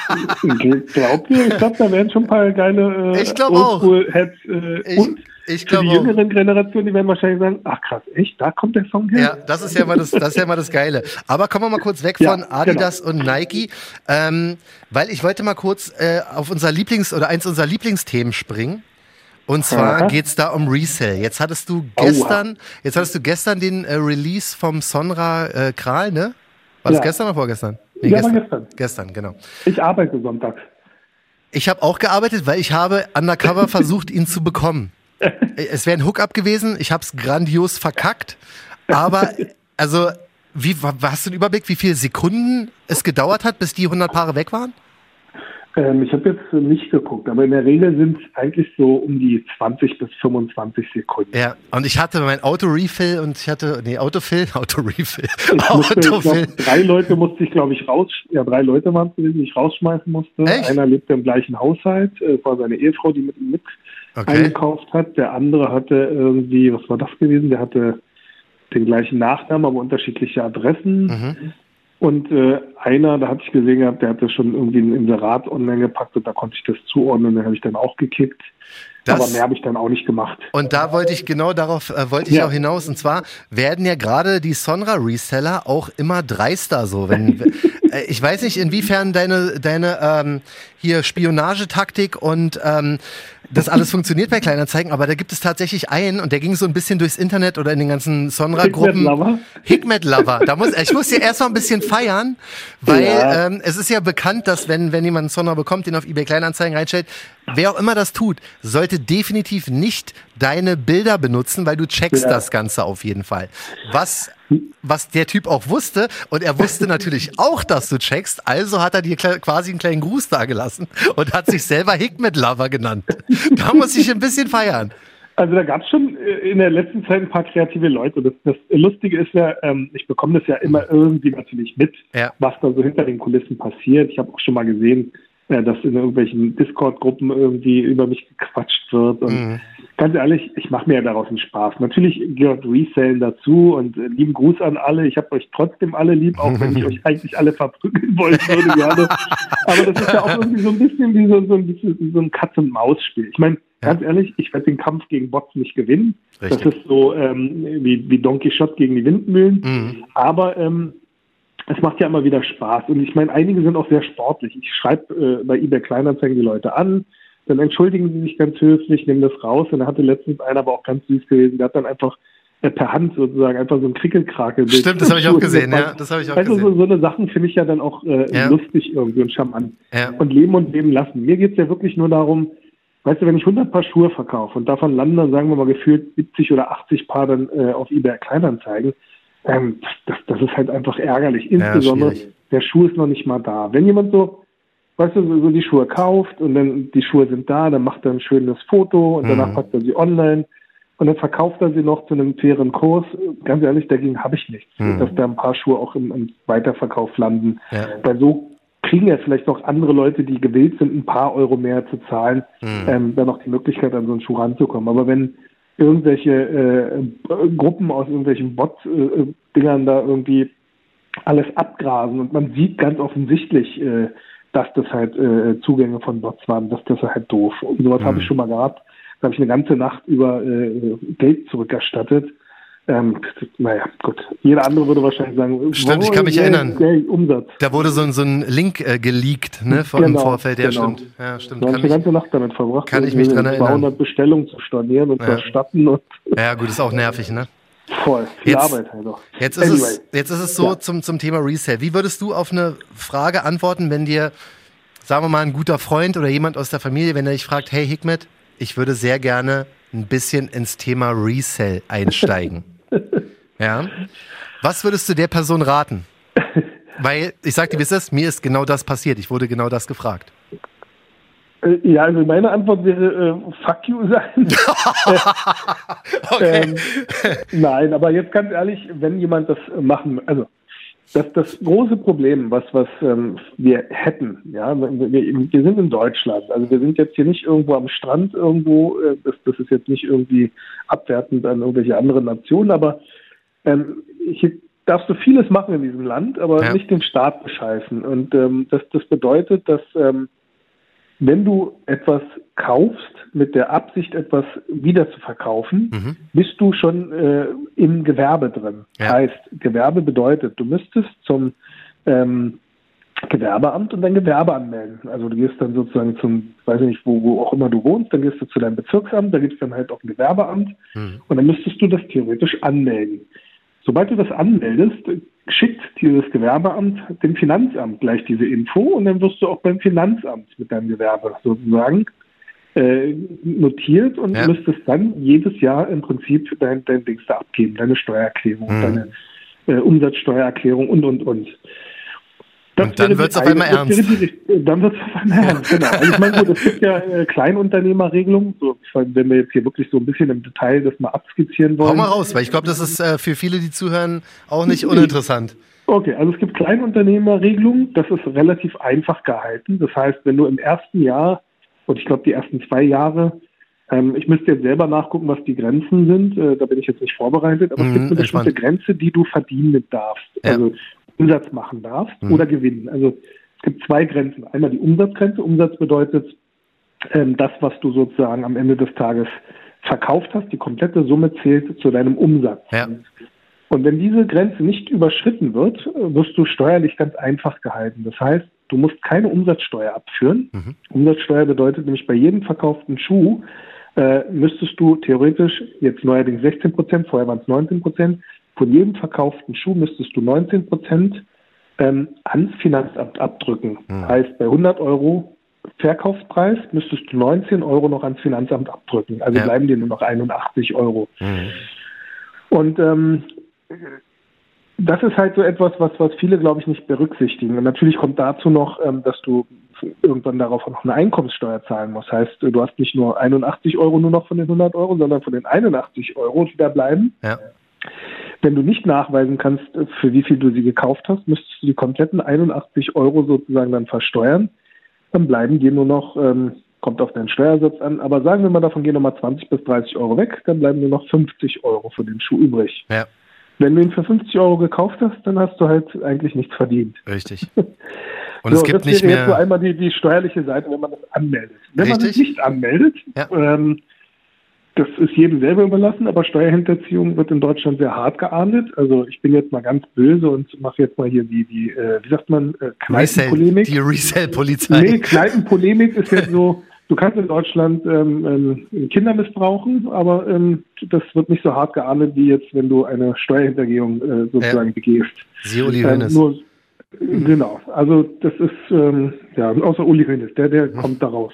Glaubt ihr? Ich glaube, da werden schon ein paar geile äh,
Ich glaube auch.
Oldschool-Heads äh,
Ich,
und
ich
für
glaube
die
auch.
jüngeren Generationen, die werden wahrscheinlich sagen, ach krass, echt, da kommt der Song her?
Ja, das ist ja mal das, das ist ja mal das Geile. Aber kommen wir mal kurz weg
Ja,
von Adidas und Nike, ähm, weil ich wollte mal kurz äh, auf unser Lieblings- oder eins unserer Lieblingsthemen springen. Und zwar
Aha.
geht's da um Resell. Jetzt hattest du gestern, jetzt hattest du gestern den äh, Release vom Sonra äh, Kral, ne? War das
Ja.
gestern oder vorgestern? Nee,
Ja,
gestern.
war gestern.
Gestern, genau.
Ich arbeite sonntags.
Ich habe auch gearbeitet, weil ich habe undercover versucht, ihn zu bekommen. Es wäre ein Hookup gewesen, ich habe es grandios verkackt, aber also, wie, hast du einen Überblick, wie viele Sekunden es gedauert hat, bis die hundert Paare weg waren?
Ähm, ich habe jetzt nicht geguckt, aber in der Regel sind es eigentlich so um die zwanzig bis fünfundzwanzig Sekunden.
Ja, und ich hatte mein Auto-Refill und ich hatte, nee, Autofill, Auto-Refill,
Ich musste, ich
Autofill.
glaub, drei Leute musste ich, glaube ich, raus, ja, drei Leute waren es gewesen, die ich rausschmeißen musste.
Echt?
Einer lebte im gleichen Haushalt, äh, war seine Ehefrau, die mit ihm mit
Okay.
eingekauft hat. Der andere hatte irgendwie, was war das gewesen? Der hatte den gleichen Nachnamen, aber unterschiedliche Adressen.
Mhm.
Und äh, einer, da hatte ich gesehen gehabt, der hatte schon irgendwie ein Inserat online gepackt und da konnte ich das zuordnen, den habe ich dann auch gekickt.
Das-
aber mehr habe ich dann auch nicht gemacht.
Und da wollte ich genau darauf äh, wollte ich
Ja.
auch hinaus. Und zwar werden ja gerade die Sonra-Reseller auch immer dreister so. Wenn, äh, ich weiß nicht, inwiefern deine, deine ähm, hier Spionagetaktik und ähm, das alles funktioniert bei Kleinanzeigen, aber da gibt es tatsächlich einen und der ging so ein bisschen durchs Internet oder in den ganzen Sonra-Gruppen.
Hikmet-Lover?
Hikmet-Lover. Da muss, ich muss hier erstmal ein bisschen feiern, weil
Ja.
ähm, es ist ja bekannt, dass wenn, wenn jemand einen Sonra bekommt, den auf eBay Kleinanzeigen reinstellt, wer auch immer das tut, sollte definitiv nicht deine Bilder benutzen, weil du checkst
Ja.
das Ganze auf jeden Fall. Was, was der Typ auch wusste, und er wusste natürlich auch, dass du checkst, also hat er dir kle- quasi einen kleinen Gruß da gelassen und hat sich selber Hikmet-Lover genannt. Da muss ich ein bisschen feiern.
Also da gab es schon äh, in der letzten Zeit ein paar kreative Leute. Das, das Lustige ist ja, ähm, ich bekomme das ja immer irgendwie natürlich mit,
Ja.
was da so hinter den Kulissen passiert. Ich habe auch schon mal gesehen, äh, dass in irgendwelchen Discord-Gruppen irgendwie über mich gequatscht wird. Und
Mhm.
ganz ehrlich, ich mache mir ja daraus einen Spaß. Natürlich gehört Resellen dazu und äh, lieben Gruß an alle. Ich habe euch trotzdem alle lieb, auch wenn ich euch eigentlich alle verprügeln wollen würde gerne. Aber das ist ja auch irgendwie so ein bisschen wie so, so ein bisschen wie so ein Katz-und-Maus-Spiel. Ich meine, ganz ehrlich, ich werde den Kampf gegen Bots nicht gewinnen.
Richtig.
Das ist so ähm, wie, wie Don Quixote gegen die Windmühlen.
Mhm.
Aber ähm, es macht ja immer wieder Spaß. Und ich meine, einige sind auch sehr sportlich. Ich schreibe äh, bei eBay Kleinanzeigen die Leute an, dann entschuldigen sie sich ganz höflich, nehmen das raus. Und da hatte letztens einer aber auch ganz süß gewesen, der hat dann einfach äh, per Hand sozusagen einfach so ein Krickelkrakel.
Stimmt, das habe ich auch gesehen, ja. Das habe ich auch
weißt du,
gesehen.
so, so eine Sachen finde ich ja dann auch äh,
Ja.
lustig irgendwie und charmant.
Ja.
Und leben und leben lassen. Mir geht's ja wirklich nur darum, weißt du, wenn ich hundert Paar Schuhe verkaufe und davon landen dann, sagen wir mal, gefühlt siebzig oder achtzig Paar dann äh, auf eBay Kleinanzeigen, ähm, das, das ist halt einfach ärgerlich. Insbesondere,
schwierig.
der Schuh ist noch nicht mal da. Wenn jemand so, weißt du, so, so die Schuhe kauft und dann die Schuhe sind da, dann macht er ein schönes Foto und danach
Mhm.
packt er sie online und dann verkauft er sie noch zu einem fairen Kurs. Ganz ehrlich, dagegen habe ich nichts,
Mhm.
dass da ein paar Schuhe auch im, im Weiterverkauf landen.
Ja.
Weil so kriegen ja vielleicht noch andere Leute, die gewillt sind, ein paar Euro mehr zu zahlen,
Mhm.
ähm, dann noch die Möglichkeit, an so einen Schuh ranzukommen. Aber wenn irgendwelche äh, Gruppen aus irgendwelchen Bot-Dingern da irgendwie alles abgrasen und man sieht ganz offensichtlich, äh, dass das halt äh, Zugänge von Bots waren, das, das ist halt doof. Und sowas
Mhm.
habe ich schon mal gehabt. Da habe ich eine ganze Nacht über äh, Geld zurückerstattet. Ähm, naja, gut. Jeder andere würde wahrscheinlich sagen,
Stimmt, ich
wow,
kann mich
Geld,
erinnern.
Geld, Umsatz.
Da wurde so ein, so ein Link äh, geleakt, ne, vor, im
Genau,
Vorfeld. Ja,
genau.
stimmt. Ja, stimmt.
Da habe
Kann
ich eine
mich,
ganze Nacht damit verbracht.
kann ich mich dran erinnern.
zweihundert Bestellungen zu stornieren und
Ja.
zu erstatten und
ja, gut, ist auch nervig, ne?
voll. Viel
Jetzt-
Arbeit halt auch.
Jetzt ist,
Anyway.
es, jetzt ist es so
Ja.
zum, zum Thema Resale. Wie würdest du auf eine Frage antworten, wenn dir, sagen wir mal, ein guter Freund oder jemand aus der Familie, wenn er dich fragt, hey Hikmet, ich würde sehr gerne ein bisschen ins Thema Resale einsteigen. Ja? Was würdest du der Person raten? Weil, ich sag dir, wie es ist, mir ist genau das passiert. Ich wurde genau das gefragt.
Äh, Ja, also meine Antwort wäre äh, fuck you sein.
Okay.
ähm, nein, aber jetzt ganz ehrlich, wenn jemand das machen, also Das, das große Problem, was, was ähm, wir hätten, ja, wir, wir sind in Deutschland, also wir sind jetzt hier nicht irgendwo am Strand irgendwo, äh, das, das ist jetzt nicht irgendwie abwertend an irgendwelche anderen Nationen, aber ähm, hier darfst du vieles machen in diesem Land, aber ja. nicht den Staat bescheißen. Und ähm, das, das bedeutet, dass ähm, wenn du etwas kaufst mit der Absicht, etwas wieder zu verkaufen, mhm. bist du schon äh, im Gewerbe drin. Ja. Heißt, Gewerbe bedeutet, du müsstest zum ähm, Gewerbeamt und dein Gewerbe anmelden. Also du gehst dann sozusagen zum, weiß ich nicht, wo, wo auch immer du wohnst, dann gehst du zu deinem Bezirksamt, da gibt es dann halt auch ein Gewerbeamt mhm. und dann müsstest du das theoretisch anmelden. Sobald du das anmeldest, schickt dieses Gewerbeamt dem Finanzamt gleich diese Info und dann wirst du auch beim Finanzamt mit deinem Gewerbe sozusagen äh, notiert und ja. müsstest dann jedes Jahr im Prinzip dein, dein Dings da abgeben, deine Steuererklärung, mhm. deine äh, Umsatzsteuererklärung und, und, und. Das
und dann wird es auf einmal ernst.
Die, dann wird es auf einmal ernst, genau. Also ich meine, gut, es gibt ja äh, Kleinunternehmerregelungen, so, wenn wir jetzt hier wirklich so ein bisschen im Detail das mal abskizzieren wollen.
Hau mal raus, weil ich glaube, das ist äh, für viele, die zuhören, auch nicht uninteressant.
Okay, also es gibt Kleinunternehmerregelungen, das ist relativ einfach gehalten. Das heißt, wenn du im ersten Jahr, und ich glaube die ersten zwei Jahre, ähm, ich müsste jetzt selber nachgucken, was die Grenzen sind, äh, da bin ich jetzt nicht vorbereitet, aber mhm, es gibt eine bestimmte Grenze, die du verdienen darfst. Ja. Also Umsatz machen darfst mhm. oder gewinnen. Also es gibt zwei Grenzen. Einmal die Umsatzgrenze. Umsatz bedeutet ähm, das, was du sozusagen am Ende des Tages verkauft hast. Die komplette Summe zählt zu deinem Umsatz.
Ja.
Und wenn diese Grenze nicht überschritten wird, wirst du steuerlich ganz einfach gehalten. Das heißt, du musst keine Umsatzsteuer abführen. Mhm. Umsatzsteuer bedeutet nämlich bei jedem verkauften Schuh äh, müsstest du theoretisch, jetzt neuerdings sechzehn Prozent, vorher waren es neunzehn Prozent, von jedem verkauften Schuh müsstest du neunzehn Prozent ähm, ans Finanzamt abdrücken. Mhm. Heißt, bei hundert Euro Verkaufspreis müsstest du neunzehn Euro noch ans Finanzamt abdrücken. Also ja. bleiben dir nur noch einundachtzig Euro. Mhm. Und ähm, das ist halt so etwas, was, was viele, glaube ich, nicht berücksichtigen. Und natürlich kommt dazu noch, ähm, dass du irgendwann darauf noch eine Einkommenssteuer zahlen musst. Heißt, du hast nicht nur einundachtzig Euro nur noch von den hundert Euro, sondern von den einundachtzig Euro, die da bleiben.
Ja.
Wenn du nicht nachweisen kannst, für wie viel du sie gekauft hast, müsstest du die kompletten einundachtzig Euro sozusagen dann versteuern. Dann bleiben dir nur noch, ähm, kommt auf deinen Steuersatz an, aber sagen wir mal, davon gehen nochmal zwanzig bis dreißig Euro weg, dann bleiben nur noch fünfzig Euro für den Schuh übrig.
Ja.
Wenn du ihn für fünfzig Euro gekauft hast, dann hast du halt eigentlich nichts verdient.
Richtig. Und
so,
es gibt
das
nicht
wäre
mehr...
jetzt so einmal die, die steuerliche Seite, wenn man das anmeldet. Wenn
Richtig.
man es nicht anmeldet,
ja.
ähm, das ist jedem selber überlassen, aber Steuerhinterziehung wird in Deutschland sehr hart geahndet. Also ich bin jetzt mal ganz böse und mache jetzt mal hier die, die äh, wie sagt man, äh, Kneipenpolemik.
Die Resell-Polizei.
Nee, Kneipenpolemik ist jetzt so, du kannst in Deutschland ähm, ähm, Kinder missbrauchen, aber ähm, das wird nicht so hart geahndet, wie jetzt, wenn du eine Steuerhintergehung äh, sozusagen ja. begehst.
Sie Uli Hoeneß.
Ähm, nur, genau, also das ist, ähm, ja, außer Uli Hoeneß, der, der kommt da raus.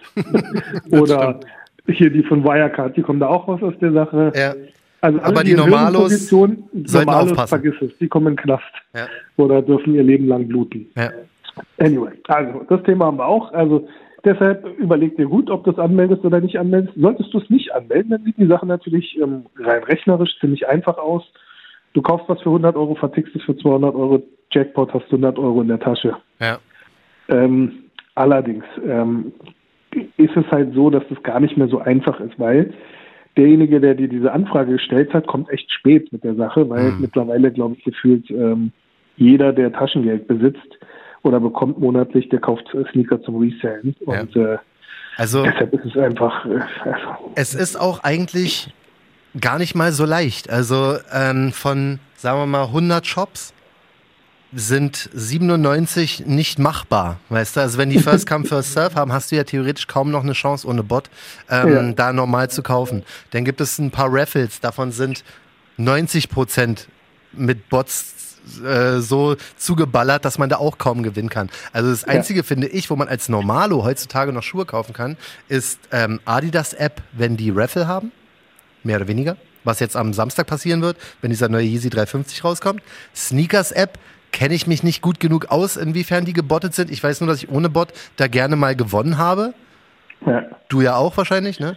Oder hier die von Wirecard, die kommen da auch raus aus der Sache.
Ja.
Also
aber die Normalos sollten
Normalos,
aufpassen.
Vergiss es, die kommen in den Knast.
Ja.
Oder dürfen ihr Leben lang bluten.
Ja.
Anyway, also das Thema haben wir auch. Also deshalb überleg dir gut, ob du es anmeldest oder nicht anmeldest. Solltest du es nicht anmelden, dann sieht die Sache natürlich ähm, rein rechnerisch ziemlich einfach aus. Du kaufst was für hundert Euro, vertickst es für zweihundert Euro, Jackpot, hast hundert Euro in der Tasche.
Ja.
Ähm, allerdings ähm, ist es halt so, dass das gar nicht mehr so einfach ist, weil derjenige, der dir diese Anfrage gestellt hat, kommt echt spät mit der Sache, weil mhm. mittlerweile, glaube ich, gefühlt ähm, jeder, der Taschengeld besitzt oder bekommt monatlich, der kauft Sneaker zum Resellen.
Ja.
Und äh,
also,
deshalb ist es einfach... Äh, also,
es ist auch eigentlich gar nicht mal so leicht. Also ähm, von, sagen wir mal, hundert Shops sind siebenundneunzig nicht machbar, weißt du? Also wenn die First Come, First Serve haben, hast du ja theoretisch kaum noch eine Chance ohne Bot, ähm, ja. da normal zu kaufen. Dann gibt es ein paar Raffles, davon sind neunzig Prozent mit Bots äh, so zugeballert, dass man da auch kaum gewinnen kann. Also das Einzige, ja. finde ich, wo man als Normalo heutzutage noch Schuhe kaufen kann, ist ähm, Adidas-App, wenn die Raffle haben, mehr oder weniger, was jetzt am Samstag passieren wird, wenn dieser neue Yeezy dreihundertfünfzig rauskommt. Sneakers-App, kenne ich mich nicht gut genug aus, inwiefern die gebottet sind. Ich weiß nur, dass ich ohne Bot da gerne mal gewonnen habe. Ja. Du ja auch wahrscheinlich, ne?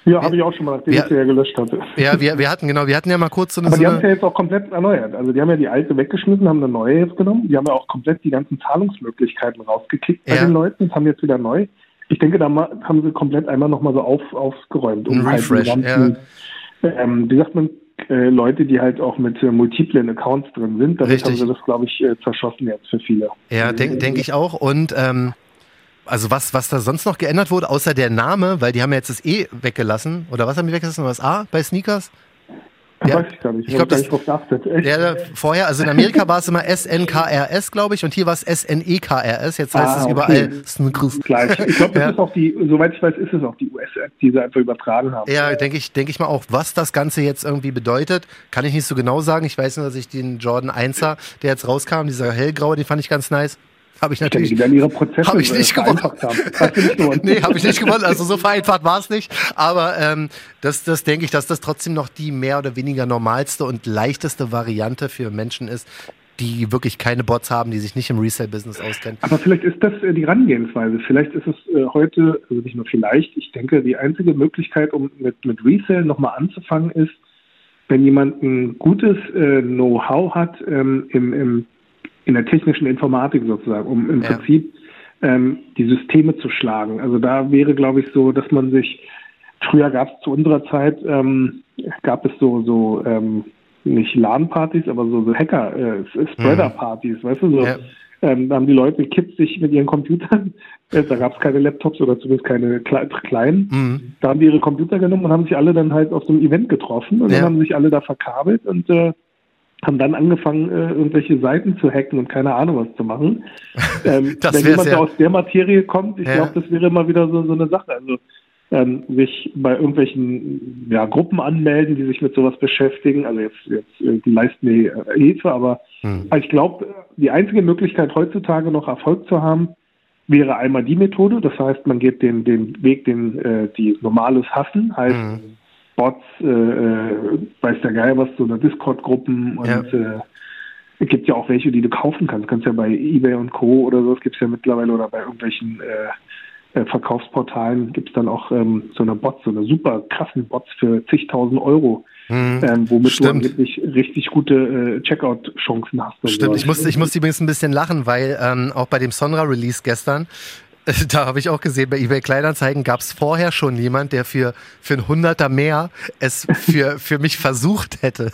Ja, habe ich auch schon mal, nachdem
wir,
ich sie ja gelöscht hatte.
Ja, wir, wir hatten, genau, wir hatten ja mal kurz so eine...
Aber die
so
haben es ja jetzt auch komplett erneuert. Also die haben ja die alte weggeschmissen, haben eine neue jetzt genommen. Die haben ja auch komplett die ganzen Zahlungsmöglichkeiten rausgekickt bei
ja.
den Leuten und haben jetzt wieder neu. Ich denke, da ma- haben sie komplett einmal nochmal so auf, aufgeräumt. Um
Ein
halt
Refresh,
die ganzen, ja. ähm, wie sagt man, äh, Leute, die halt auch mit äh, multiplen Accounts drin sind. Damit
Richtig.
haben sie das, glaube ich, äh, zerschossen jetzt für viele.
Ja, denke denk ich auch. Und ähm, also was, was da sonst noch geändert wurde, außer der Name, weil die haben ja jetzt das E weggelassen. Oder was haben die weggelassen? Oder das A bei Sneakers?
Das
Ja.
weiß ich gar nicht.
Ich glaube, das
nicht drauf geachtet. Echt?
ja, vorher, also in Amerika war es immer S N K R S, glaube ich, und hier war es S N E K R S. Jetzt heißt
Ah,
es
okay.
überall Sneakers.
Gleich. Ich glaube, das
Ja.
ist auch die, soweit ich weiß, ist es auch die U S-App, die sie einfach übertragen haben.
Ja, denke ich, denke ich mal auch, was das Ganze jetzt irgendwie bedeutet, kann ich nicht so genau sagen. Ich weiß nur, dass ich den Jordan einser, der jetzt rauskam, dieser hellgraue, den fand ich ganz nice. Habe ich natürlich.
Die werden ihre Prozesse
Hab ich nicht gewonnen.
vereinfacht haben. Hast du nicht gewonnen?
Nee, habe ich nicht gewonnen. Also so vereinfacht war es nicht. Aber ähm, das, das denke ich, dass das trotzdem noch die mehr oder weniger normalste und leichteste Variante für Menschen ist, die wirklich keine Bots haben, die sich nicht im Resale-Business auskennen.
Aber vielleicht ist das äh, die Herangehensweise. Vielleicht ist es äh, heute, also nicht nur vielleicht, ich denke, die einzige Möglichkeit, um mit, mit Resale nochmal anzufangen, ist, wenn jemand ein gutes äh, Know-how hat ähm, im, im, in der technischen Informatik sozusagen, um im
Ja.
Prinzip ähm, die Systeme zu schlagen. Also da wäre, glaube ich, so, dass man sich, früher gab es zu unserer Zeit, ähm, gab es so, so ähm, nicht LAN-Partys, aber so, so Hacker, äh, Spreader-Partys, mhm. weißt du, so.
Ja.
Ähm, da haben die Leute, Kids sich mit ihren Computern, äh, da gab es keine Laptops oder zumindest keine kle- kleinen,
Mhm.
da haben die ihre Computer genommen und haben sich alle dann halt auf so einem Event getroffen und
Ja.
dann haben sich alle da verkabelt und äh, haben dann angefangen, äh, irgendwelche Seiten zu hacken und keine Ahnung was zu machen. Ähm,
Das
wenn
wär's
jemand
ja.
da aus der Materie kommt, ich
Ja.
glaube, das wäre immer wieder so, so eine Sache. Also ähm, sich bei irgendwelchen ja, Gruppen anmelden, die sich mit sowas beschäftigen. Also jetzt, jetzt äh, die leisten die äh, Hilfe, aber
Hm.
also ich glaube, die einzige Möglichkeit heutzutage noch Erfolg zu haben, wäre einmal die Methode. Das heißt, man geht den, den Weg, den äh, die normales hassen, heißt
Mhm.
Bots, äh, äh, weiß der Geier was, so eine Discord-Gruppen und
Ja.
äh, es gibt ja auch welche, die du kaufen kannst. Du kannst ja bei eBay und Co. oder so, das gibt es ja mittlerweile, oder bei irgendwelchen äh, äh, Verkaufsportalen gibt es dann auch ähm, so eine Bots, so eine super krassen Bots für zigtausend Euro,
Mhm.
ähm, womit
Stimmt.
du wirklich richtig gute äh, Checkout-Chancen hast. Und
Stimmt,
sowas.
ich musste, ich musste übrigens ein bisschen lachen, weil ähm, auch bei dem Sonra-Release gestern, äh, da habe ich auch gesehen, bei eBay Kleinanzeigen gab es vorher schon jemand, der für, für ein Hunderter mehr es für, für mich versucht hätte.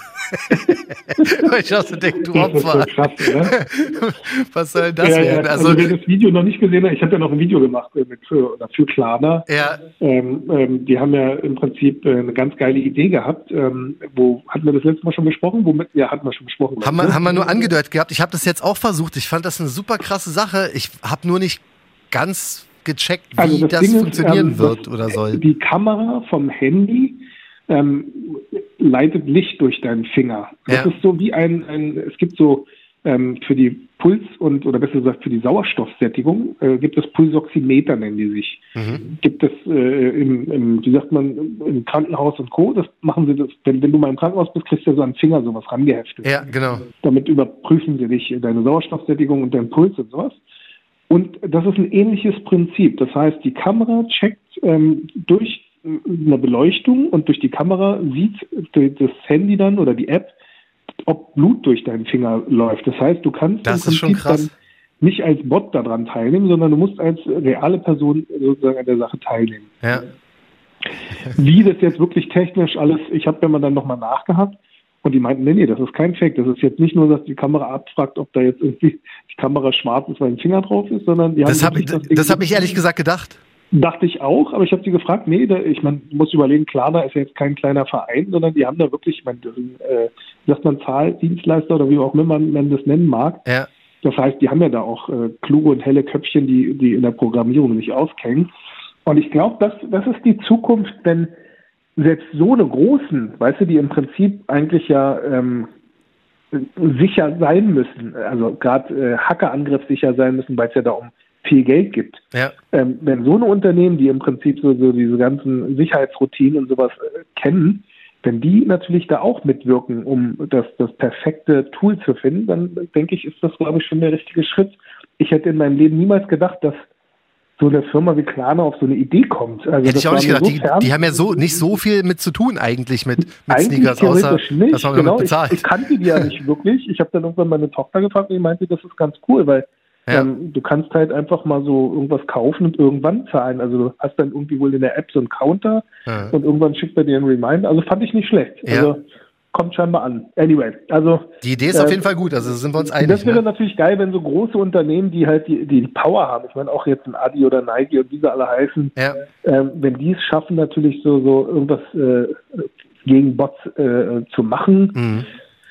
Weil ich auch so denke, du
Das ist so
Opfer,
krass, oder?
was soll denn das
ja,
werden?
ja.
Also,
Also, wer das Video noch nicht gesehen hat, ich habe ja noch ein Video gemacht äh, mit für, oder für Klarna.
ja,
Ähm, ähm, die haben ja im Prinzip äh, eine ganz geile Idee gehabt. Ähm, wo hatten wir das letzte Mal schon besprochen? Womit? Ja, hatten wir schon besprochen.
haben wir, haben wir nur angedeutet gehabt. Ich habe das jetzt auch versucht. Ich fand das eine super krasse Sache. Ich habe nur nicht ganz gecheckt, wie
Also
das,
Ding ist,
funktionieren
ähm,
wird
das-
oder soll.
Die Kamera vom Handy ähm, leitet Licht durch deinen Finger. Das
Ja.
ist so wie ein, ein es gibt so ähm, für die Puls- und, oder besser gesagt für die Sauerstoffsättigung, äh, gibt es Pulsoximeter, nennen die sich.
Mhm.
Gibt es äh, im, im, wie sagt man, im Krankenhaus und Co., das machen sie, das, wenn, wenn du mal im Krankenhaus bist, kriegst du ja so einen Finger sowas rangeheftet.
Ja, genau.
Damit überprüfen sie dich, deine Sauerstoffsättigung und deinen Puls und sowas. Und das ist ein ähnliches Prinzip. Das heißt, die Kamera checkt ähm, durch eine Beleuchtung und durch die Kamera sieht das Handy dann oder die App, ob Blut durch deinen Finger läuft. Das heißt, du kannst
Das
im
ist schon
Prinzip
krass.
dann nicht als Bot daran teilnehmen, sondern du musst als reale Person sozusagen an der Sache teilnehmen.
Ja.
Wie das jetzt wirklich technisch alles, ich habe ja mal dann nochmal nachgehabt und die meinten, nee, nee, das ist kein Fake. Das ist jetzt nicht nur, dass die Kamera abfragt, ob da jetzt irgendwie die Kamera schwarz ist, weil ein Finger drauf ist, sondern die
Das
haben
habe ich,
wirklich Ding-
das hab ich ehrlich gesagt gedacht.
Dachte ich auch, aber ich habe sie gefragt, nee, da, ich meine, du musst überlegen, Klarna ist ja jetzt kein kleiner Verein, sondern die haben da wirklich, ich meine, das sind, äh, wie sagt man, Zahldienstleister oder wie auch immer man, man das nennen mag.
Ja.
Das heißt, die haben ja da auch äh, kluge und helle Köpfchen, die, die in der Programmierung sich auskennen. Und ich glaube, das, das ist die Zukunft, wenn selbst so eine großen, weißt du, die im Prinzip eigentlich ja ähm, sicher sein müssen, also gerade äh, Hackerangriff sicher sein müssen, weil es ja da um viel Geld gibt.
Ja.
Ähm, wenn so eine Unternehmen, die im Prinzip so, so diese ganzen Sicherheitsroutinen und sowas äh, kennen, wenn die natürlich da auch mitwirken, um das, das perfekte Tool zu finden, dann denke ich, ist das, glaube ich, schon der richtige Schritt. Ich hätte in meinem Leben niemals gedacht, dass so eine Firma wie Klarna auf so eine Idee kommt. Also
Hätte ich auch nicht gedacht. So die, die haben ja so nicht so viel mit zu tun eigentlich mit, mit Sneakers, außer
nicht.
dass man
genau,
damit bezahlt.
Ich, ich kannte die ja nicht wirklich. Ich habe dann irgendwann meine Tochter gefragt und die meinte, das ist ganz cool, weil ja. ähm, du kannst halt einfach mal so irgendwas kaufen und irgendwann zahlen. Also du hast dann irgendwie wohl in der App so einen Counter ja. und irgendwann schickt er dir einen Reminder. Also fand ich nicht schlecht.
Ja.
Also kommt scheinbar an. Anyway, also
die Idee ist äh, auf jeden Fall gut, also sind wir uns einig.
Das wäre
ne?
natürlich geil, wenn so große Unternehmen, die halt die, die Power haben, ich meine auch jetzt ein Adi oder Nike und wie sie alle heißen,
ja.
ähm, wenn die es schaffen, natürlich so, so irgendwas äh, gegen Bots äh, zu machen. Mhm.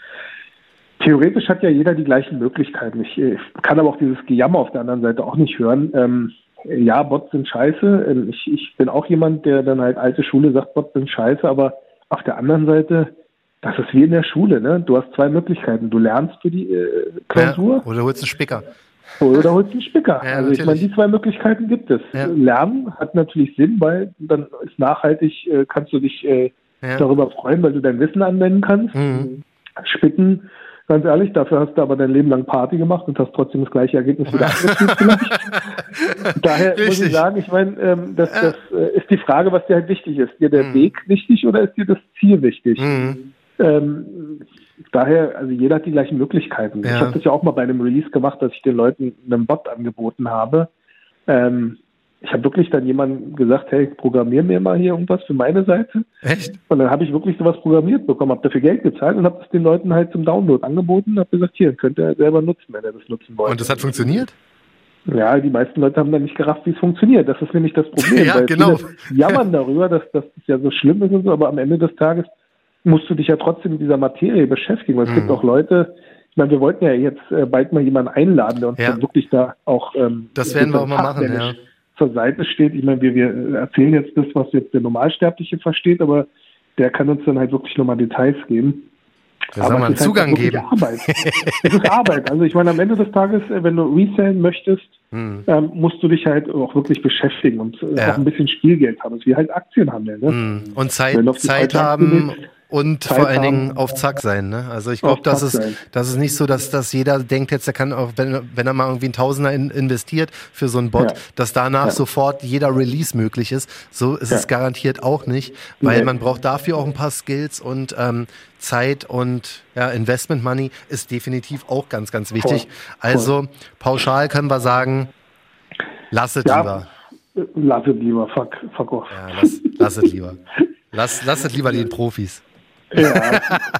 Theoretisch hat ja jeder die gleichen Möglichkeiten. Ich, ich kann aber auch dieses Gejammer auf der anderen Seite auch nicht hören. Ähm, ja, Bots sind scheiße. Ich, ich bin auch jemand, der dann halt alte Schule sagt, Bots sind scheiße, aber auf der anderen Seite, das ist wie in der Schule, ne? Du hast zwei Möglichkeiten. Du lernst für die äh, Klausur.
Ja, oder holst einen Spicker.
Oder holst einen Spicker.
Ja,
also ich meine, die zwei Möglichkeiten gibt es.
Ja.
Lernen hat natürlich Sinn, weil dann ist nachhaltig, äh, kannst du dich äh, ja. darüber freuen, weil du dein Wissen anwenden kannst. Mhm. Spicken, ganz ehrlich, dafür hast du aber dein Leben lang Party gemacht und hast trotzdem das gleiche Ergebnis wie der andere. Daher Richtig. muss ich sagen, ich meine, ähm, das, das äh, ist die Frage, was dir halt wichtig ist. Ist dir der mhm. Weg wichtig oder ist dir das Ziel wichtig? Mhm. Ähm, daher, also jeder hat die gleichen Möglichkeiten. Ja. Ich habe das ja auch mal bei einem Release gemacht, dass ich den Leuten einen Bot angeboten habe. Ähm, ich habe wirklich dann jemandem gesagt, hey, programmier mir mal hier irgendwas für meine Seite.
Echt?
Und dann habe ich wirklich sowas programmiert bekommen, habe dafür Geld gezahlt und habe das den Leuten halt zum Download angeboten und habe gesagt, hier, könnt ihr selber nutzen, wenn ihr das nutzen wollt.
Und das hat funktioniert?
Ja, die meisten Leute haben dann nicht gerafft, wie es funktioniert. Das ist nämlich das Problem.
Ja,
weil
genau.
Viele jammern darüber, dass, dass das ja so schlimm ist und so, aber am Ende des Tages musst du dich ja trotzdem mit dieser Materie beschäftigen. Weil es mhm. gibt auch Leute, ich meine, wir wollten ja jetzt äh, bald mal jemanden einladen, der uns ja. dann wirklich da auch ähm,
das werden wir auch mal machen, ja.
zur Seite steht. Ich meine, wir, wir erzählen jetzt das, was jetzt der Normalsterbliche versteht, aber der kann uns dann halt wirklich nochmal Details geben.
Wir sollen mal einen Zugang
halt
geben.
Arbeit. Es ist Arbeit. Also ich meine, am Ende des Tages, wenn du resellen möchtest, hm. ähm, musst du dich halt auch wirklich beschäftigen und äh, ja. auch ein bisschen Spielgeld haben. Es ist wie halt Aktienhandel. Ne?
Hm. Und Zeit, Zeit haben willst, und Zeit vor allen Dingen haben, auf Zack sein. Ne? Also ich glaube, das ist, das ist nicht so, dass, dass jeder denkt jetzt, er kann auch, wenn, wenn er mal irgendwie einen Tausender in, investiert für so einen Bot, ja. dass danach ja. sofort jeder Release möglich ist. So ist ja. es garantiert auch nicht, weil nee. man braucht dafür auch ein paar Skills und ähm, Zeit und ja, Investment Money ist definitiv auch ganz, ganz wichtig. Voll. Also Voll. pauschal können wir sagen, lass es ja, lieber.
Lass es lieber, fuck, fuck off.
Ja, lass, lass es lieber. Lass, lass es lieber den Profis.
Ja.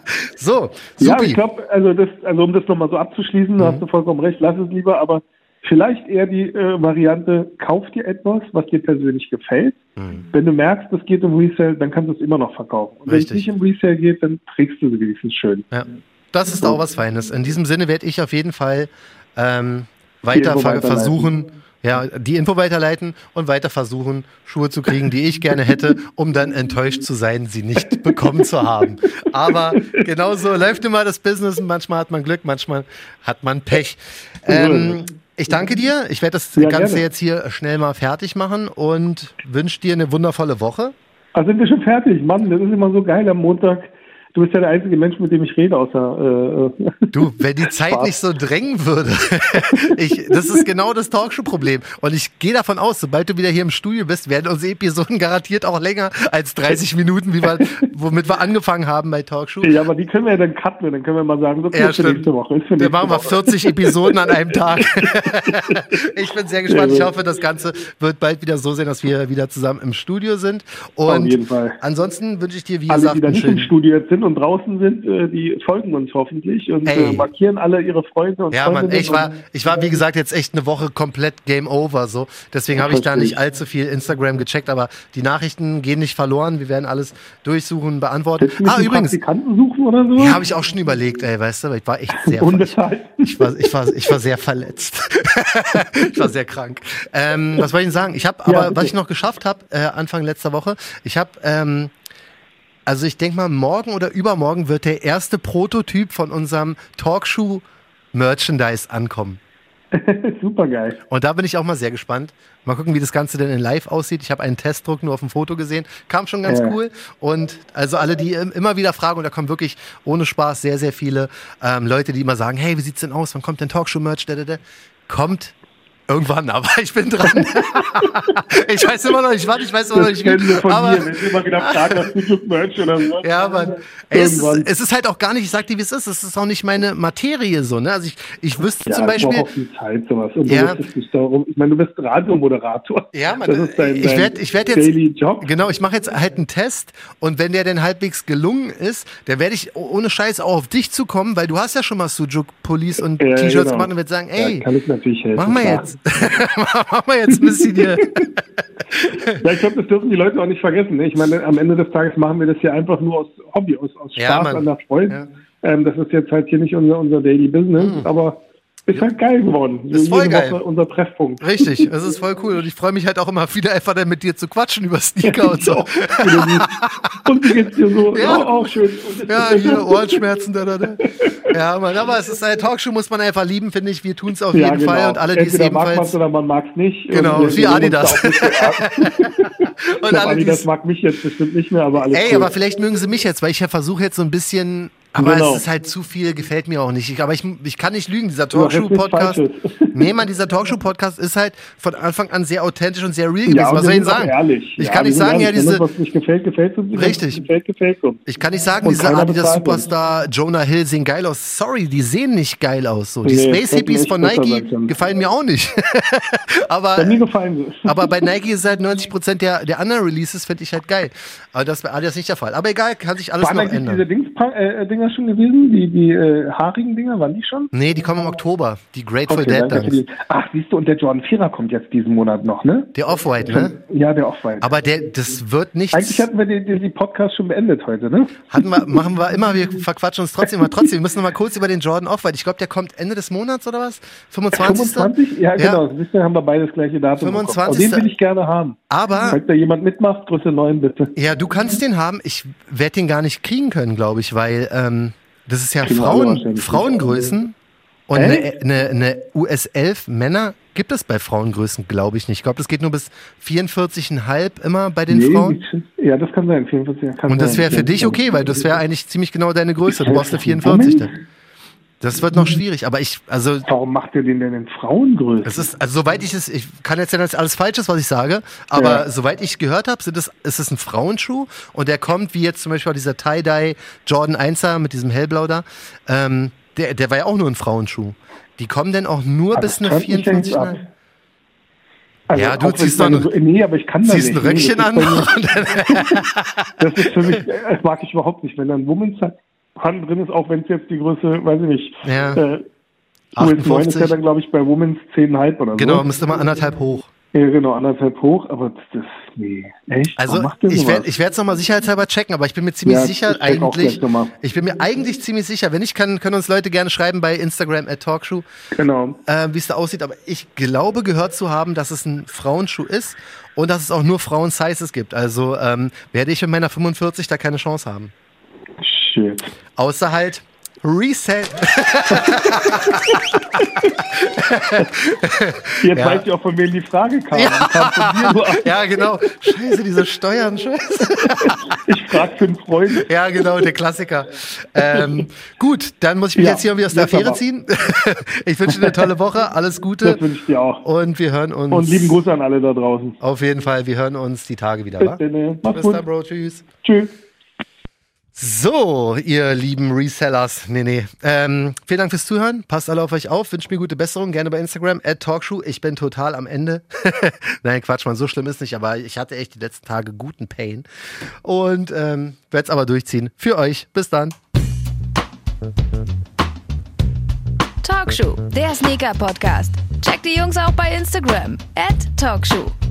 so,
supi. Ja, ich glaube, also, das, also um das nochmal so abzuschließen, mhm. da hast du vollkommen recht, lass es lieber, aber vielleicht eher die äh, Variante, kauf dir etwas, was dir persönlich gefällt. Mhm. Wenn du merkst, es geht um Resale, dann kannst du es immer noch verkaufen. Und wenn es nicht um Resale geht, dann trägst du sie wenigstens schön.
Ja. Das ist so. Auch was Feines. In diesem Sinne werde ich auf jeden Fall ähm, weiter ver- versuchen, ja, die Info weiterleiten und weiter versuchen, Schuhe zu kriegen, die ich gerne hätte, um dann enttäuscht zu sein, sie nicht bekommen zu haben. Aber genauso läuft immer das Business. Manchmal hat man Glück, manchmal hat man Pech. Ähm, ich danke dir. Ich werde das ja, Ganze gerne. jetzt hier schnell mal fertig machen und wünsche dir eine wundervolle Woche.
Also sind wir schon fertig? Mann, das ist immer so geil am Montag. Du bist ja der einzige Mensch, mit dem ich rede, außer... Äh,
du, wenn die Zeit Spaß. nicht so drängen würde. ich, das ist genau das Talkshow-Problem. Und ich gehe davon aus, sobald du wieder hier im Studio bist, werden unsere Episoden garantiert auch länger als dreißig Minuten, wie wir, womit wir angefangen haben bei Talkshow.
Ja, aber die können wir ja dann cutten. Dann können wir mal sagen, das
ja,
ist für nächste Woche. Ist für nächste
dann machen wir
Woche.
vierzig Episoden an einem Tag. Ich bin sehr gespannt. Ich hoffe, das Ganze wird bald wieder so sein, dass wir wieder zusammen im Studio sind. Und
auf jeden Fall.
Ansonsten wünsche ich dir, wie
alle,
gesagt,
die da
einen
nicht
schönen...
im Studio jetzt sind und draußen sind, die folgen uns hoffentlich und äh, markieren alle ihre Freunde und
ja, Mann, ich war, ich war, wie gesagt, jetzt echt eine Woche komplett Game Over, so. Deswegen habe ich da nicht allzu viel Instagram gecheckt, aber die Nachrichten gehen nicht verloren. Wir werden alles durchsuchen, beantworten.
Ah, übrigens. Praktikanten suchen oder so?
Ja, habe ich auch schon überlegt, ey, weißt du, ich war echt sehr
Unbezahlt.
Ich war, ich war, ich war sehr verletzt. Ich war sehr krank. Ähm, was wollte ich denn sagen? Ich habe, aber ja, was ich noch geschafft habe, äh, Anfang letzter Woche, ich habe, ähm, Also ich denke mal, morgen oder übermorgen wird der erste Prototyp von unserem Talkshow-Merchandise ankommen.
Super geil.
Und da bin ich auch mal sehr gespannt. Mal gucken, wie das Ganze denn in live aussieht. Ich habe einen Testdruck nur auf dem Foto gesehen. Kam schon ganz ja. cool. Und also alle, die immer wieder fragen, und da kommen wirklich ohne Spaß sehr, sehr viele ähm, Leute, die immer sagen, hey, wie sieht's denn aus? Wann kommt denn Talkshow-Merch? Kommt Irgendwann, aber ich bin dran. Ich weiß immer noch nicht wann, ich weiß immer noch nicht
wie. Von
aber
mir, wenn ich immer wieder frage, was du Merch oder so.
Ja, Mann. Es ist, es ist halt auch gar nicht, ich sag dir, wie es ist, es ist auch nicht meine Materie so, ne? Also ich, ich wüsste
ja,
zum Beispiel...
Ja, auch die Zeit sowas. Und
ja.
du dich darum, ich meine, du bist Radiomoderator.
Ja, Mann.
Das ist dein,
ich werde ich werd jetzt...
Daily Job.
Genau, ich mache jetzt halt einen Test und wenn der dann halbwegs gelungen ist, dann werde ich ohne Scheiß auch auf dich zukommen, weil du hast ja schon mal Sujuk Police und
ja,
T-Shirts
genau.
gemacht und wird sagen, ey,
ja, kann ich natürlich helfen,
mach mal
klar.
jetzt. Mach mal jetzt ein bisschen hier.
Ja, ich glaube, das dürfen die Leute auch nicht vergessen. Ne? Ich meine, am Ende des Tages machen wir das hier einfach nur aus Hobby, aus, aus Spaß
ja,
an der Freude.
Ja.
Ähm, das ist jetzt halt hier nicht unser, unser Daily Business, mhm. aber ist halt geil geworden.
Das ist voll
Jede
geil.
Woche unser Treffpunkt.
Richtig, das ist voll cool. Und ich freue mich halt auch immer wieder einfach dann mit dir zu quatschen über Sneaker und so.
Und wie geht's dir so?
Ja,
oh, auch schön.
Ja, hier Ohrenschmerzen. Da, da, da. Ja, Mann, aber es ist eine Talkshow, muss man einfach lieben, finde ich. Wir tun es auf
ja,
jeden
genau.
Fall und alle, die es ebenfalls...
mag man oder man mag es nicht.
Genau,
und
wie Adidas.
und
alle,
Adidas mag mich jetzt bestimmt nicht mehr, aber alles
Ey,
cool.
aber vielleicht mögen sie mich jetzt, weil ich ja versuche jetzt so ein bisschen... Aber
genau.
es ist halt zu viel, gefällt mir auch nicht. Ich, aber ich, ich kann nicht lügen, dieser Talkshow-Podcast. Nee, Mann, dieser Talkshow-Podcast ist halt von Anfang an sehr authentisch und sehr real gewesen.
Ja,
Was soll ich Ihnen sagen?
Ehrlich.
Ich
ja,
kann nicht sagen,
ehrlich.
ja, diese.
Wenn uns was nicht gefällt, gefällt uns.
Richtig.
Gefällt, gefällt uns.
Ich kann nicht sagen,
und
diese Adidas-Superstar Jonah Hill sehen geil aus. Sorry, die sehen nicht geil aus. So. Die
nee,
Space Hippies von Nike gefallen mir auch nicht. aber,
bei mir gefallen sie.
aber bei Nike ist halt neunzig Prozent der, der anderen Releases, finde ich halt geil. Aber das ist bei Adidas nicht der Fall. Aber egal, kann sich alles
Waren
noch
eigentlich
ändern.
diese Dings, äh, Dinger schon gewesen? Die, die äh, haarigen Dinger, waren die schon?
Nee, die kommen im Oktober. Die Grateful
okay,
Dead Dunks.
Ach, siehst du, und der Jordan vierer kommt jetzt diesen Monat noch, ne?
Der Off-White, ne?
Ja, der Off-White.
Aber der, das wird nichts.
Eigentlich hatten wir den, den Podcast schon beendet heute, ne?
Hatten wir, machen wir immer, wir verquatschen uns trotzdem mal trotzdem. Wir müssen noch mal kurz über den Jordan Off-White. Ich glaube, der kommt Ende des Monats oder was? fünfundzwanzigsten
fünfundzwanzig? Ja, genau. Ja. Siehst du, haben wir beide das gleiche Datum.
fünfundzwanzigsten
Den will ich gerne haben.
Aber.
Falls da jemand mitmacht, Größe neun bitte.
Ja, du kannst den haben. Ich werde den gar nicht kriegen können, glaube ich, weil ähm, das ist ja Frauen, Frauengrößen. Und eine, eine, eine U S elf Männer gibt es bei Frauengrößen, glaube ich nicht. Ich glaube, das geht nur bis vierundvierzig Komma fünf immer bei den
nee,
Frauen.
Ja, das kann sein. vierundvierzig kann
Und das wäre für dich okay, weil das wäre eigentlich ziemlich genau deine Größe. Du brauchst eine vierundvierzig. Das wird noch schwierig, aber ich, also...
Warum macht ihr den denn in Frauengrößen?
Es ist, also soweit ich es, ich kann jetzt ja nicht alles Falsches, was ich sage, aber ja. soweit ich gehört habe, sind es, ist es ein Frauenschuh und der kommt, wie jetzt zum Beispiel dieser Tie-Dye Jordan einser mit diesem Hellblau da, ähm, der, der war ja auch nur ein Frauenschuh. Die kommen denn auch nur aber bis eine vierundvierzig.
Also
ja, du ziehst doch
so, nee, aber ich kann
ziehst
nicht.
ein Röckchen
nee,
an.
Das ist für mich, das mag ich überhaupt nicht, wenn dann Women's Hand drin ist, auch wenn es jetzt die Größe, weiß ich nicht,
ja.
äh, U S neun ist ja dann, glaube ich, bei Women's zehn Komma fünf oder so.
Genau, müsste mal anderthalb hoch.
Ja, genau, anderthalb hoch, aber das, nee, echt?
Also ich werde ich werde es nochmal sicherheitshalber checken, aber ich bin mir ziemlich ja, sicher, ich eigentlich, ich bin mir eigentlich ziemlich sicher, wenn nicht, kann, können uns Leute gerne schreiben bei Instagram at Talkshow,
genau.
äh, wie es da aussieht, aber ich glaube, gehört zu haben, dass es ein Frauenschuh ist und dass es auch nur Frauen-Sizes gibt, also ähm, werde ich mit meiner fünfundvierzig da keine Chance haben.
Shit.
Außer halt Reset.
Jetzt ja. weiß ich auch, von wem die Frage kam.
Ja,
kam
ja genau. Scheiße, diese Steuern, scheiße.
Ich frage fünf Freunde.
Ja, genau, der Klassiker. Ähm, gut, dann muss ich mich ja, jetzt hier irgendwie aus der Affäre ziehen. Ich wünsche dir eine tolle Woche, alles Gute.
Das wünsche ich dir auch.
Und wir hören uns.
Und lieben Gruß an alle da draußen.
Auf jeden Fall, wir hören uns die Tage wieder.
Bis
wa?
dann, mach's
Bis
gut.
dann, Bro, tschüss.
Tschüss.
So, ihr lieben Resellers. Nee, nee. Ähm, vielen Dank fürs Zuhören. Passt alle auf euch auf. Wünscht mir gute Besserung. Gerne bei Instagram at Talkshow. Ich bin total am Ende. Nein, Quatsch, man, so schlimm ist nicht. Aber ich hatte echt die letzten Tage guten Pain. Und ähm, werde es aber durchziehen. Für euch. Bis dann.
Talkshow, der Sneaker-Podcast. Checkt die Jungs auch bei Instagram at Talkshow.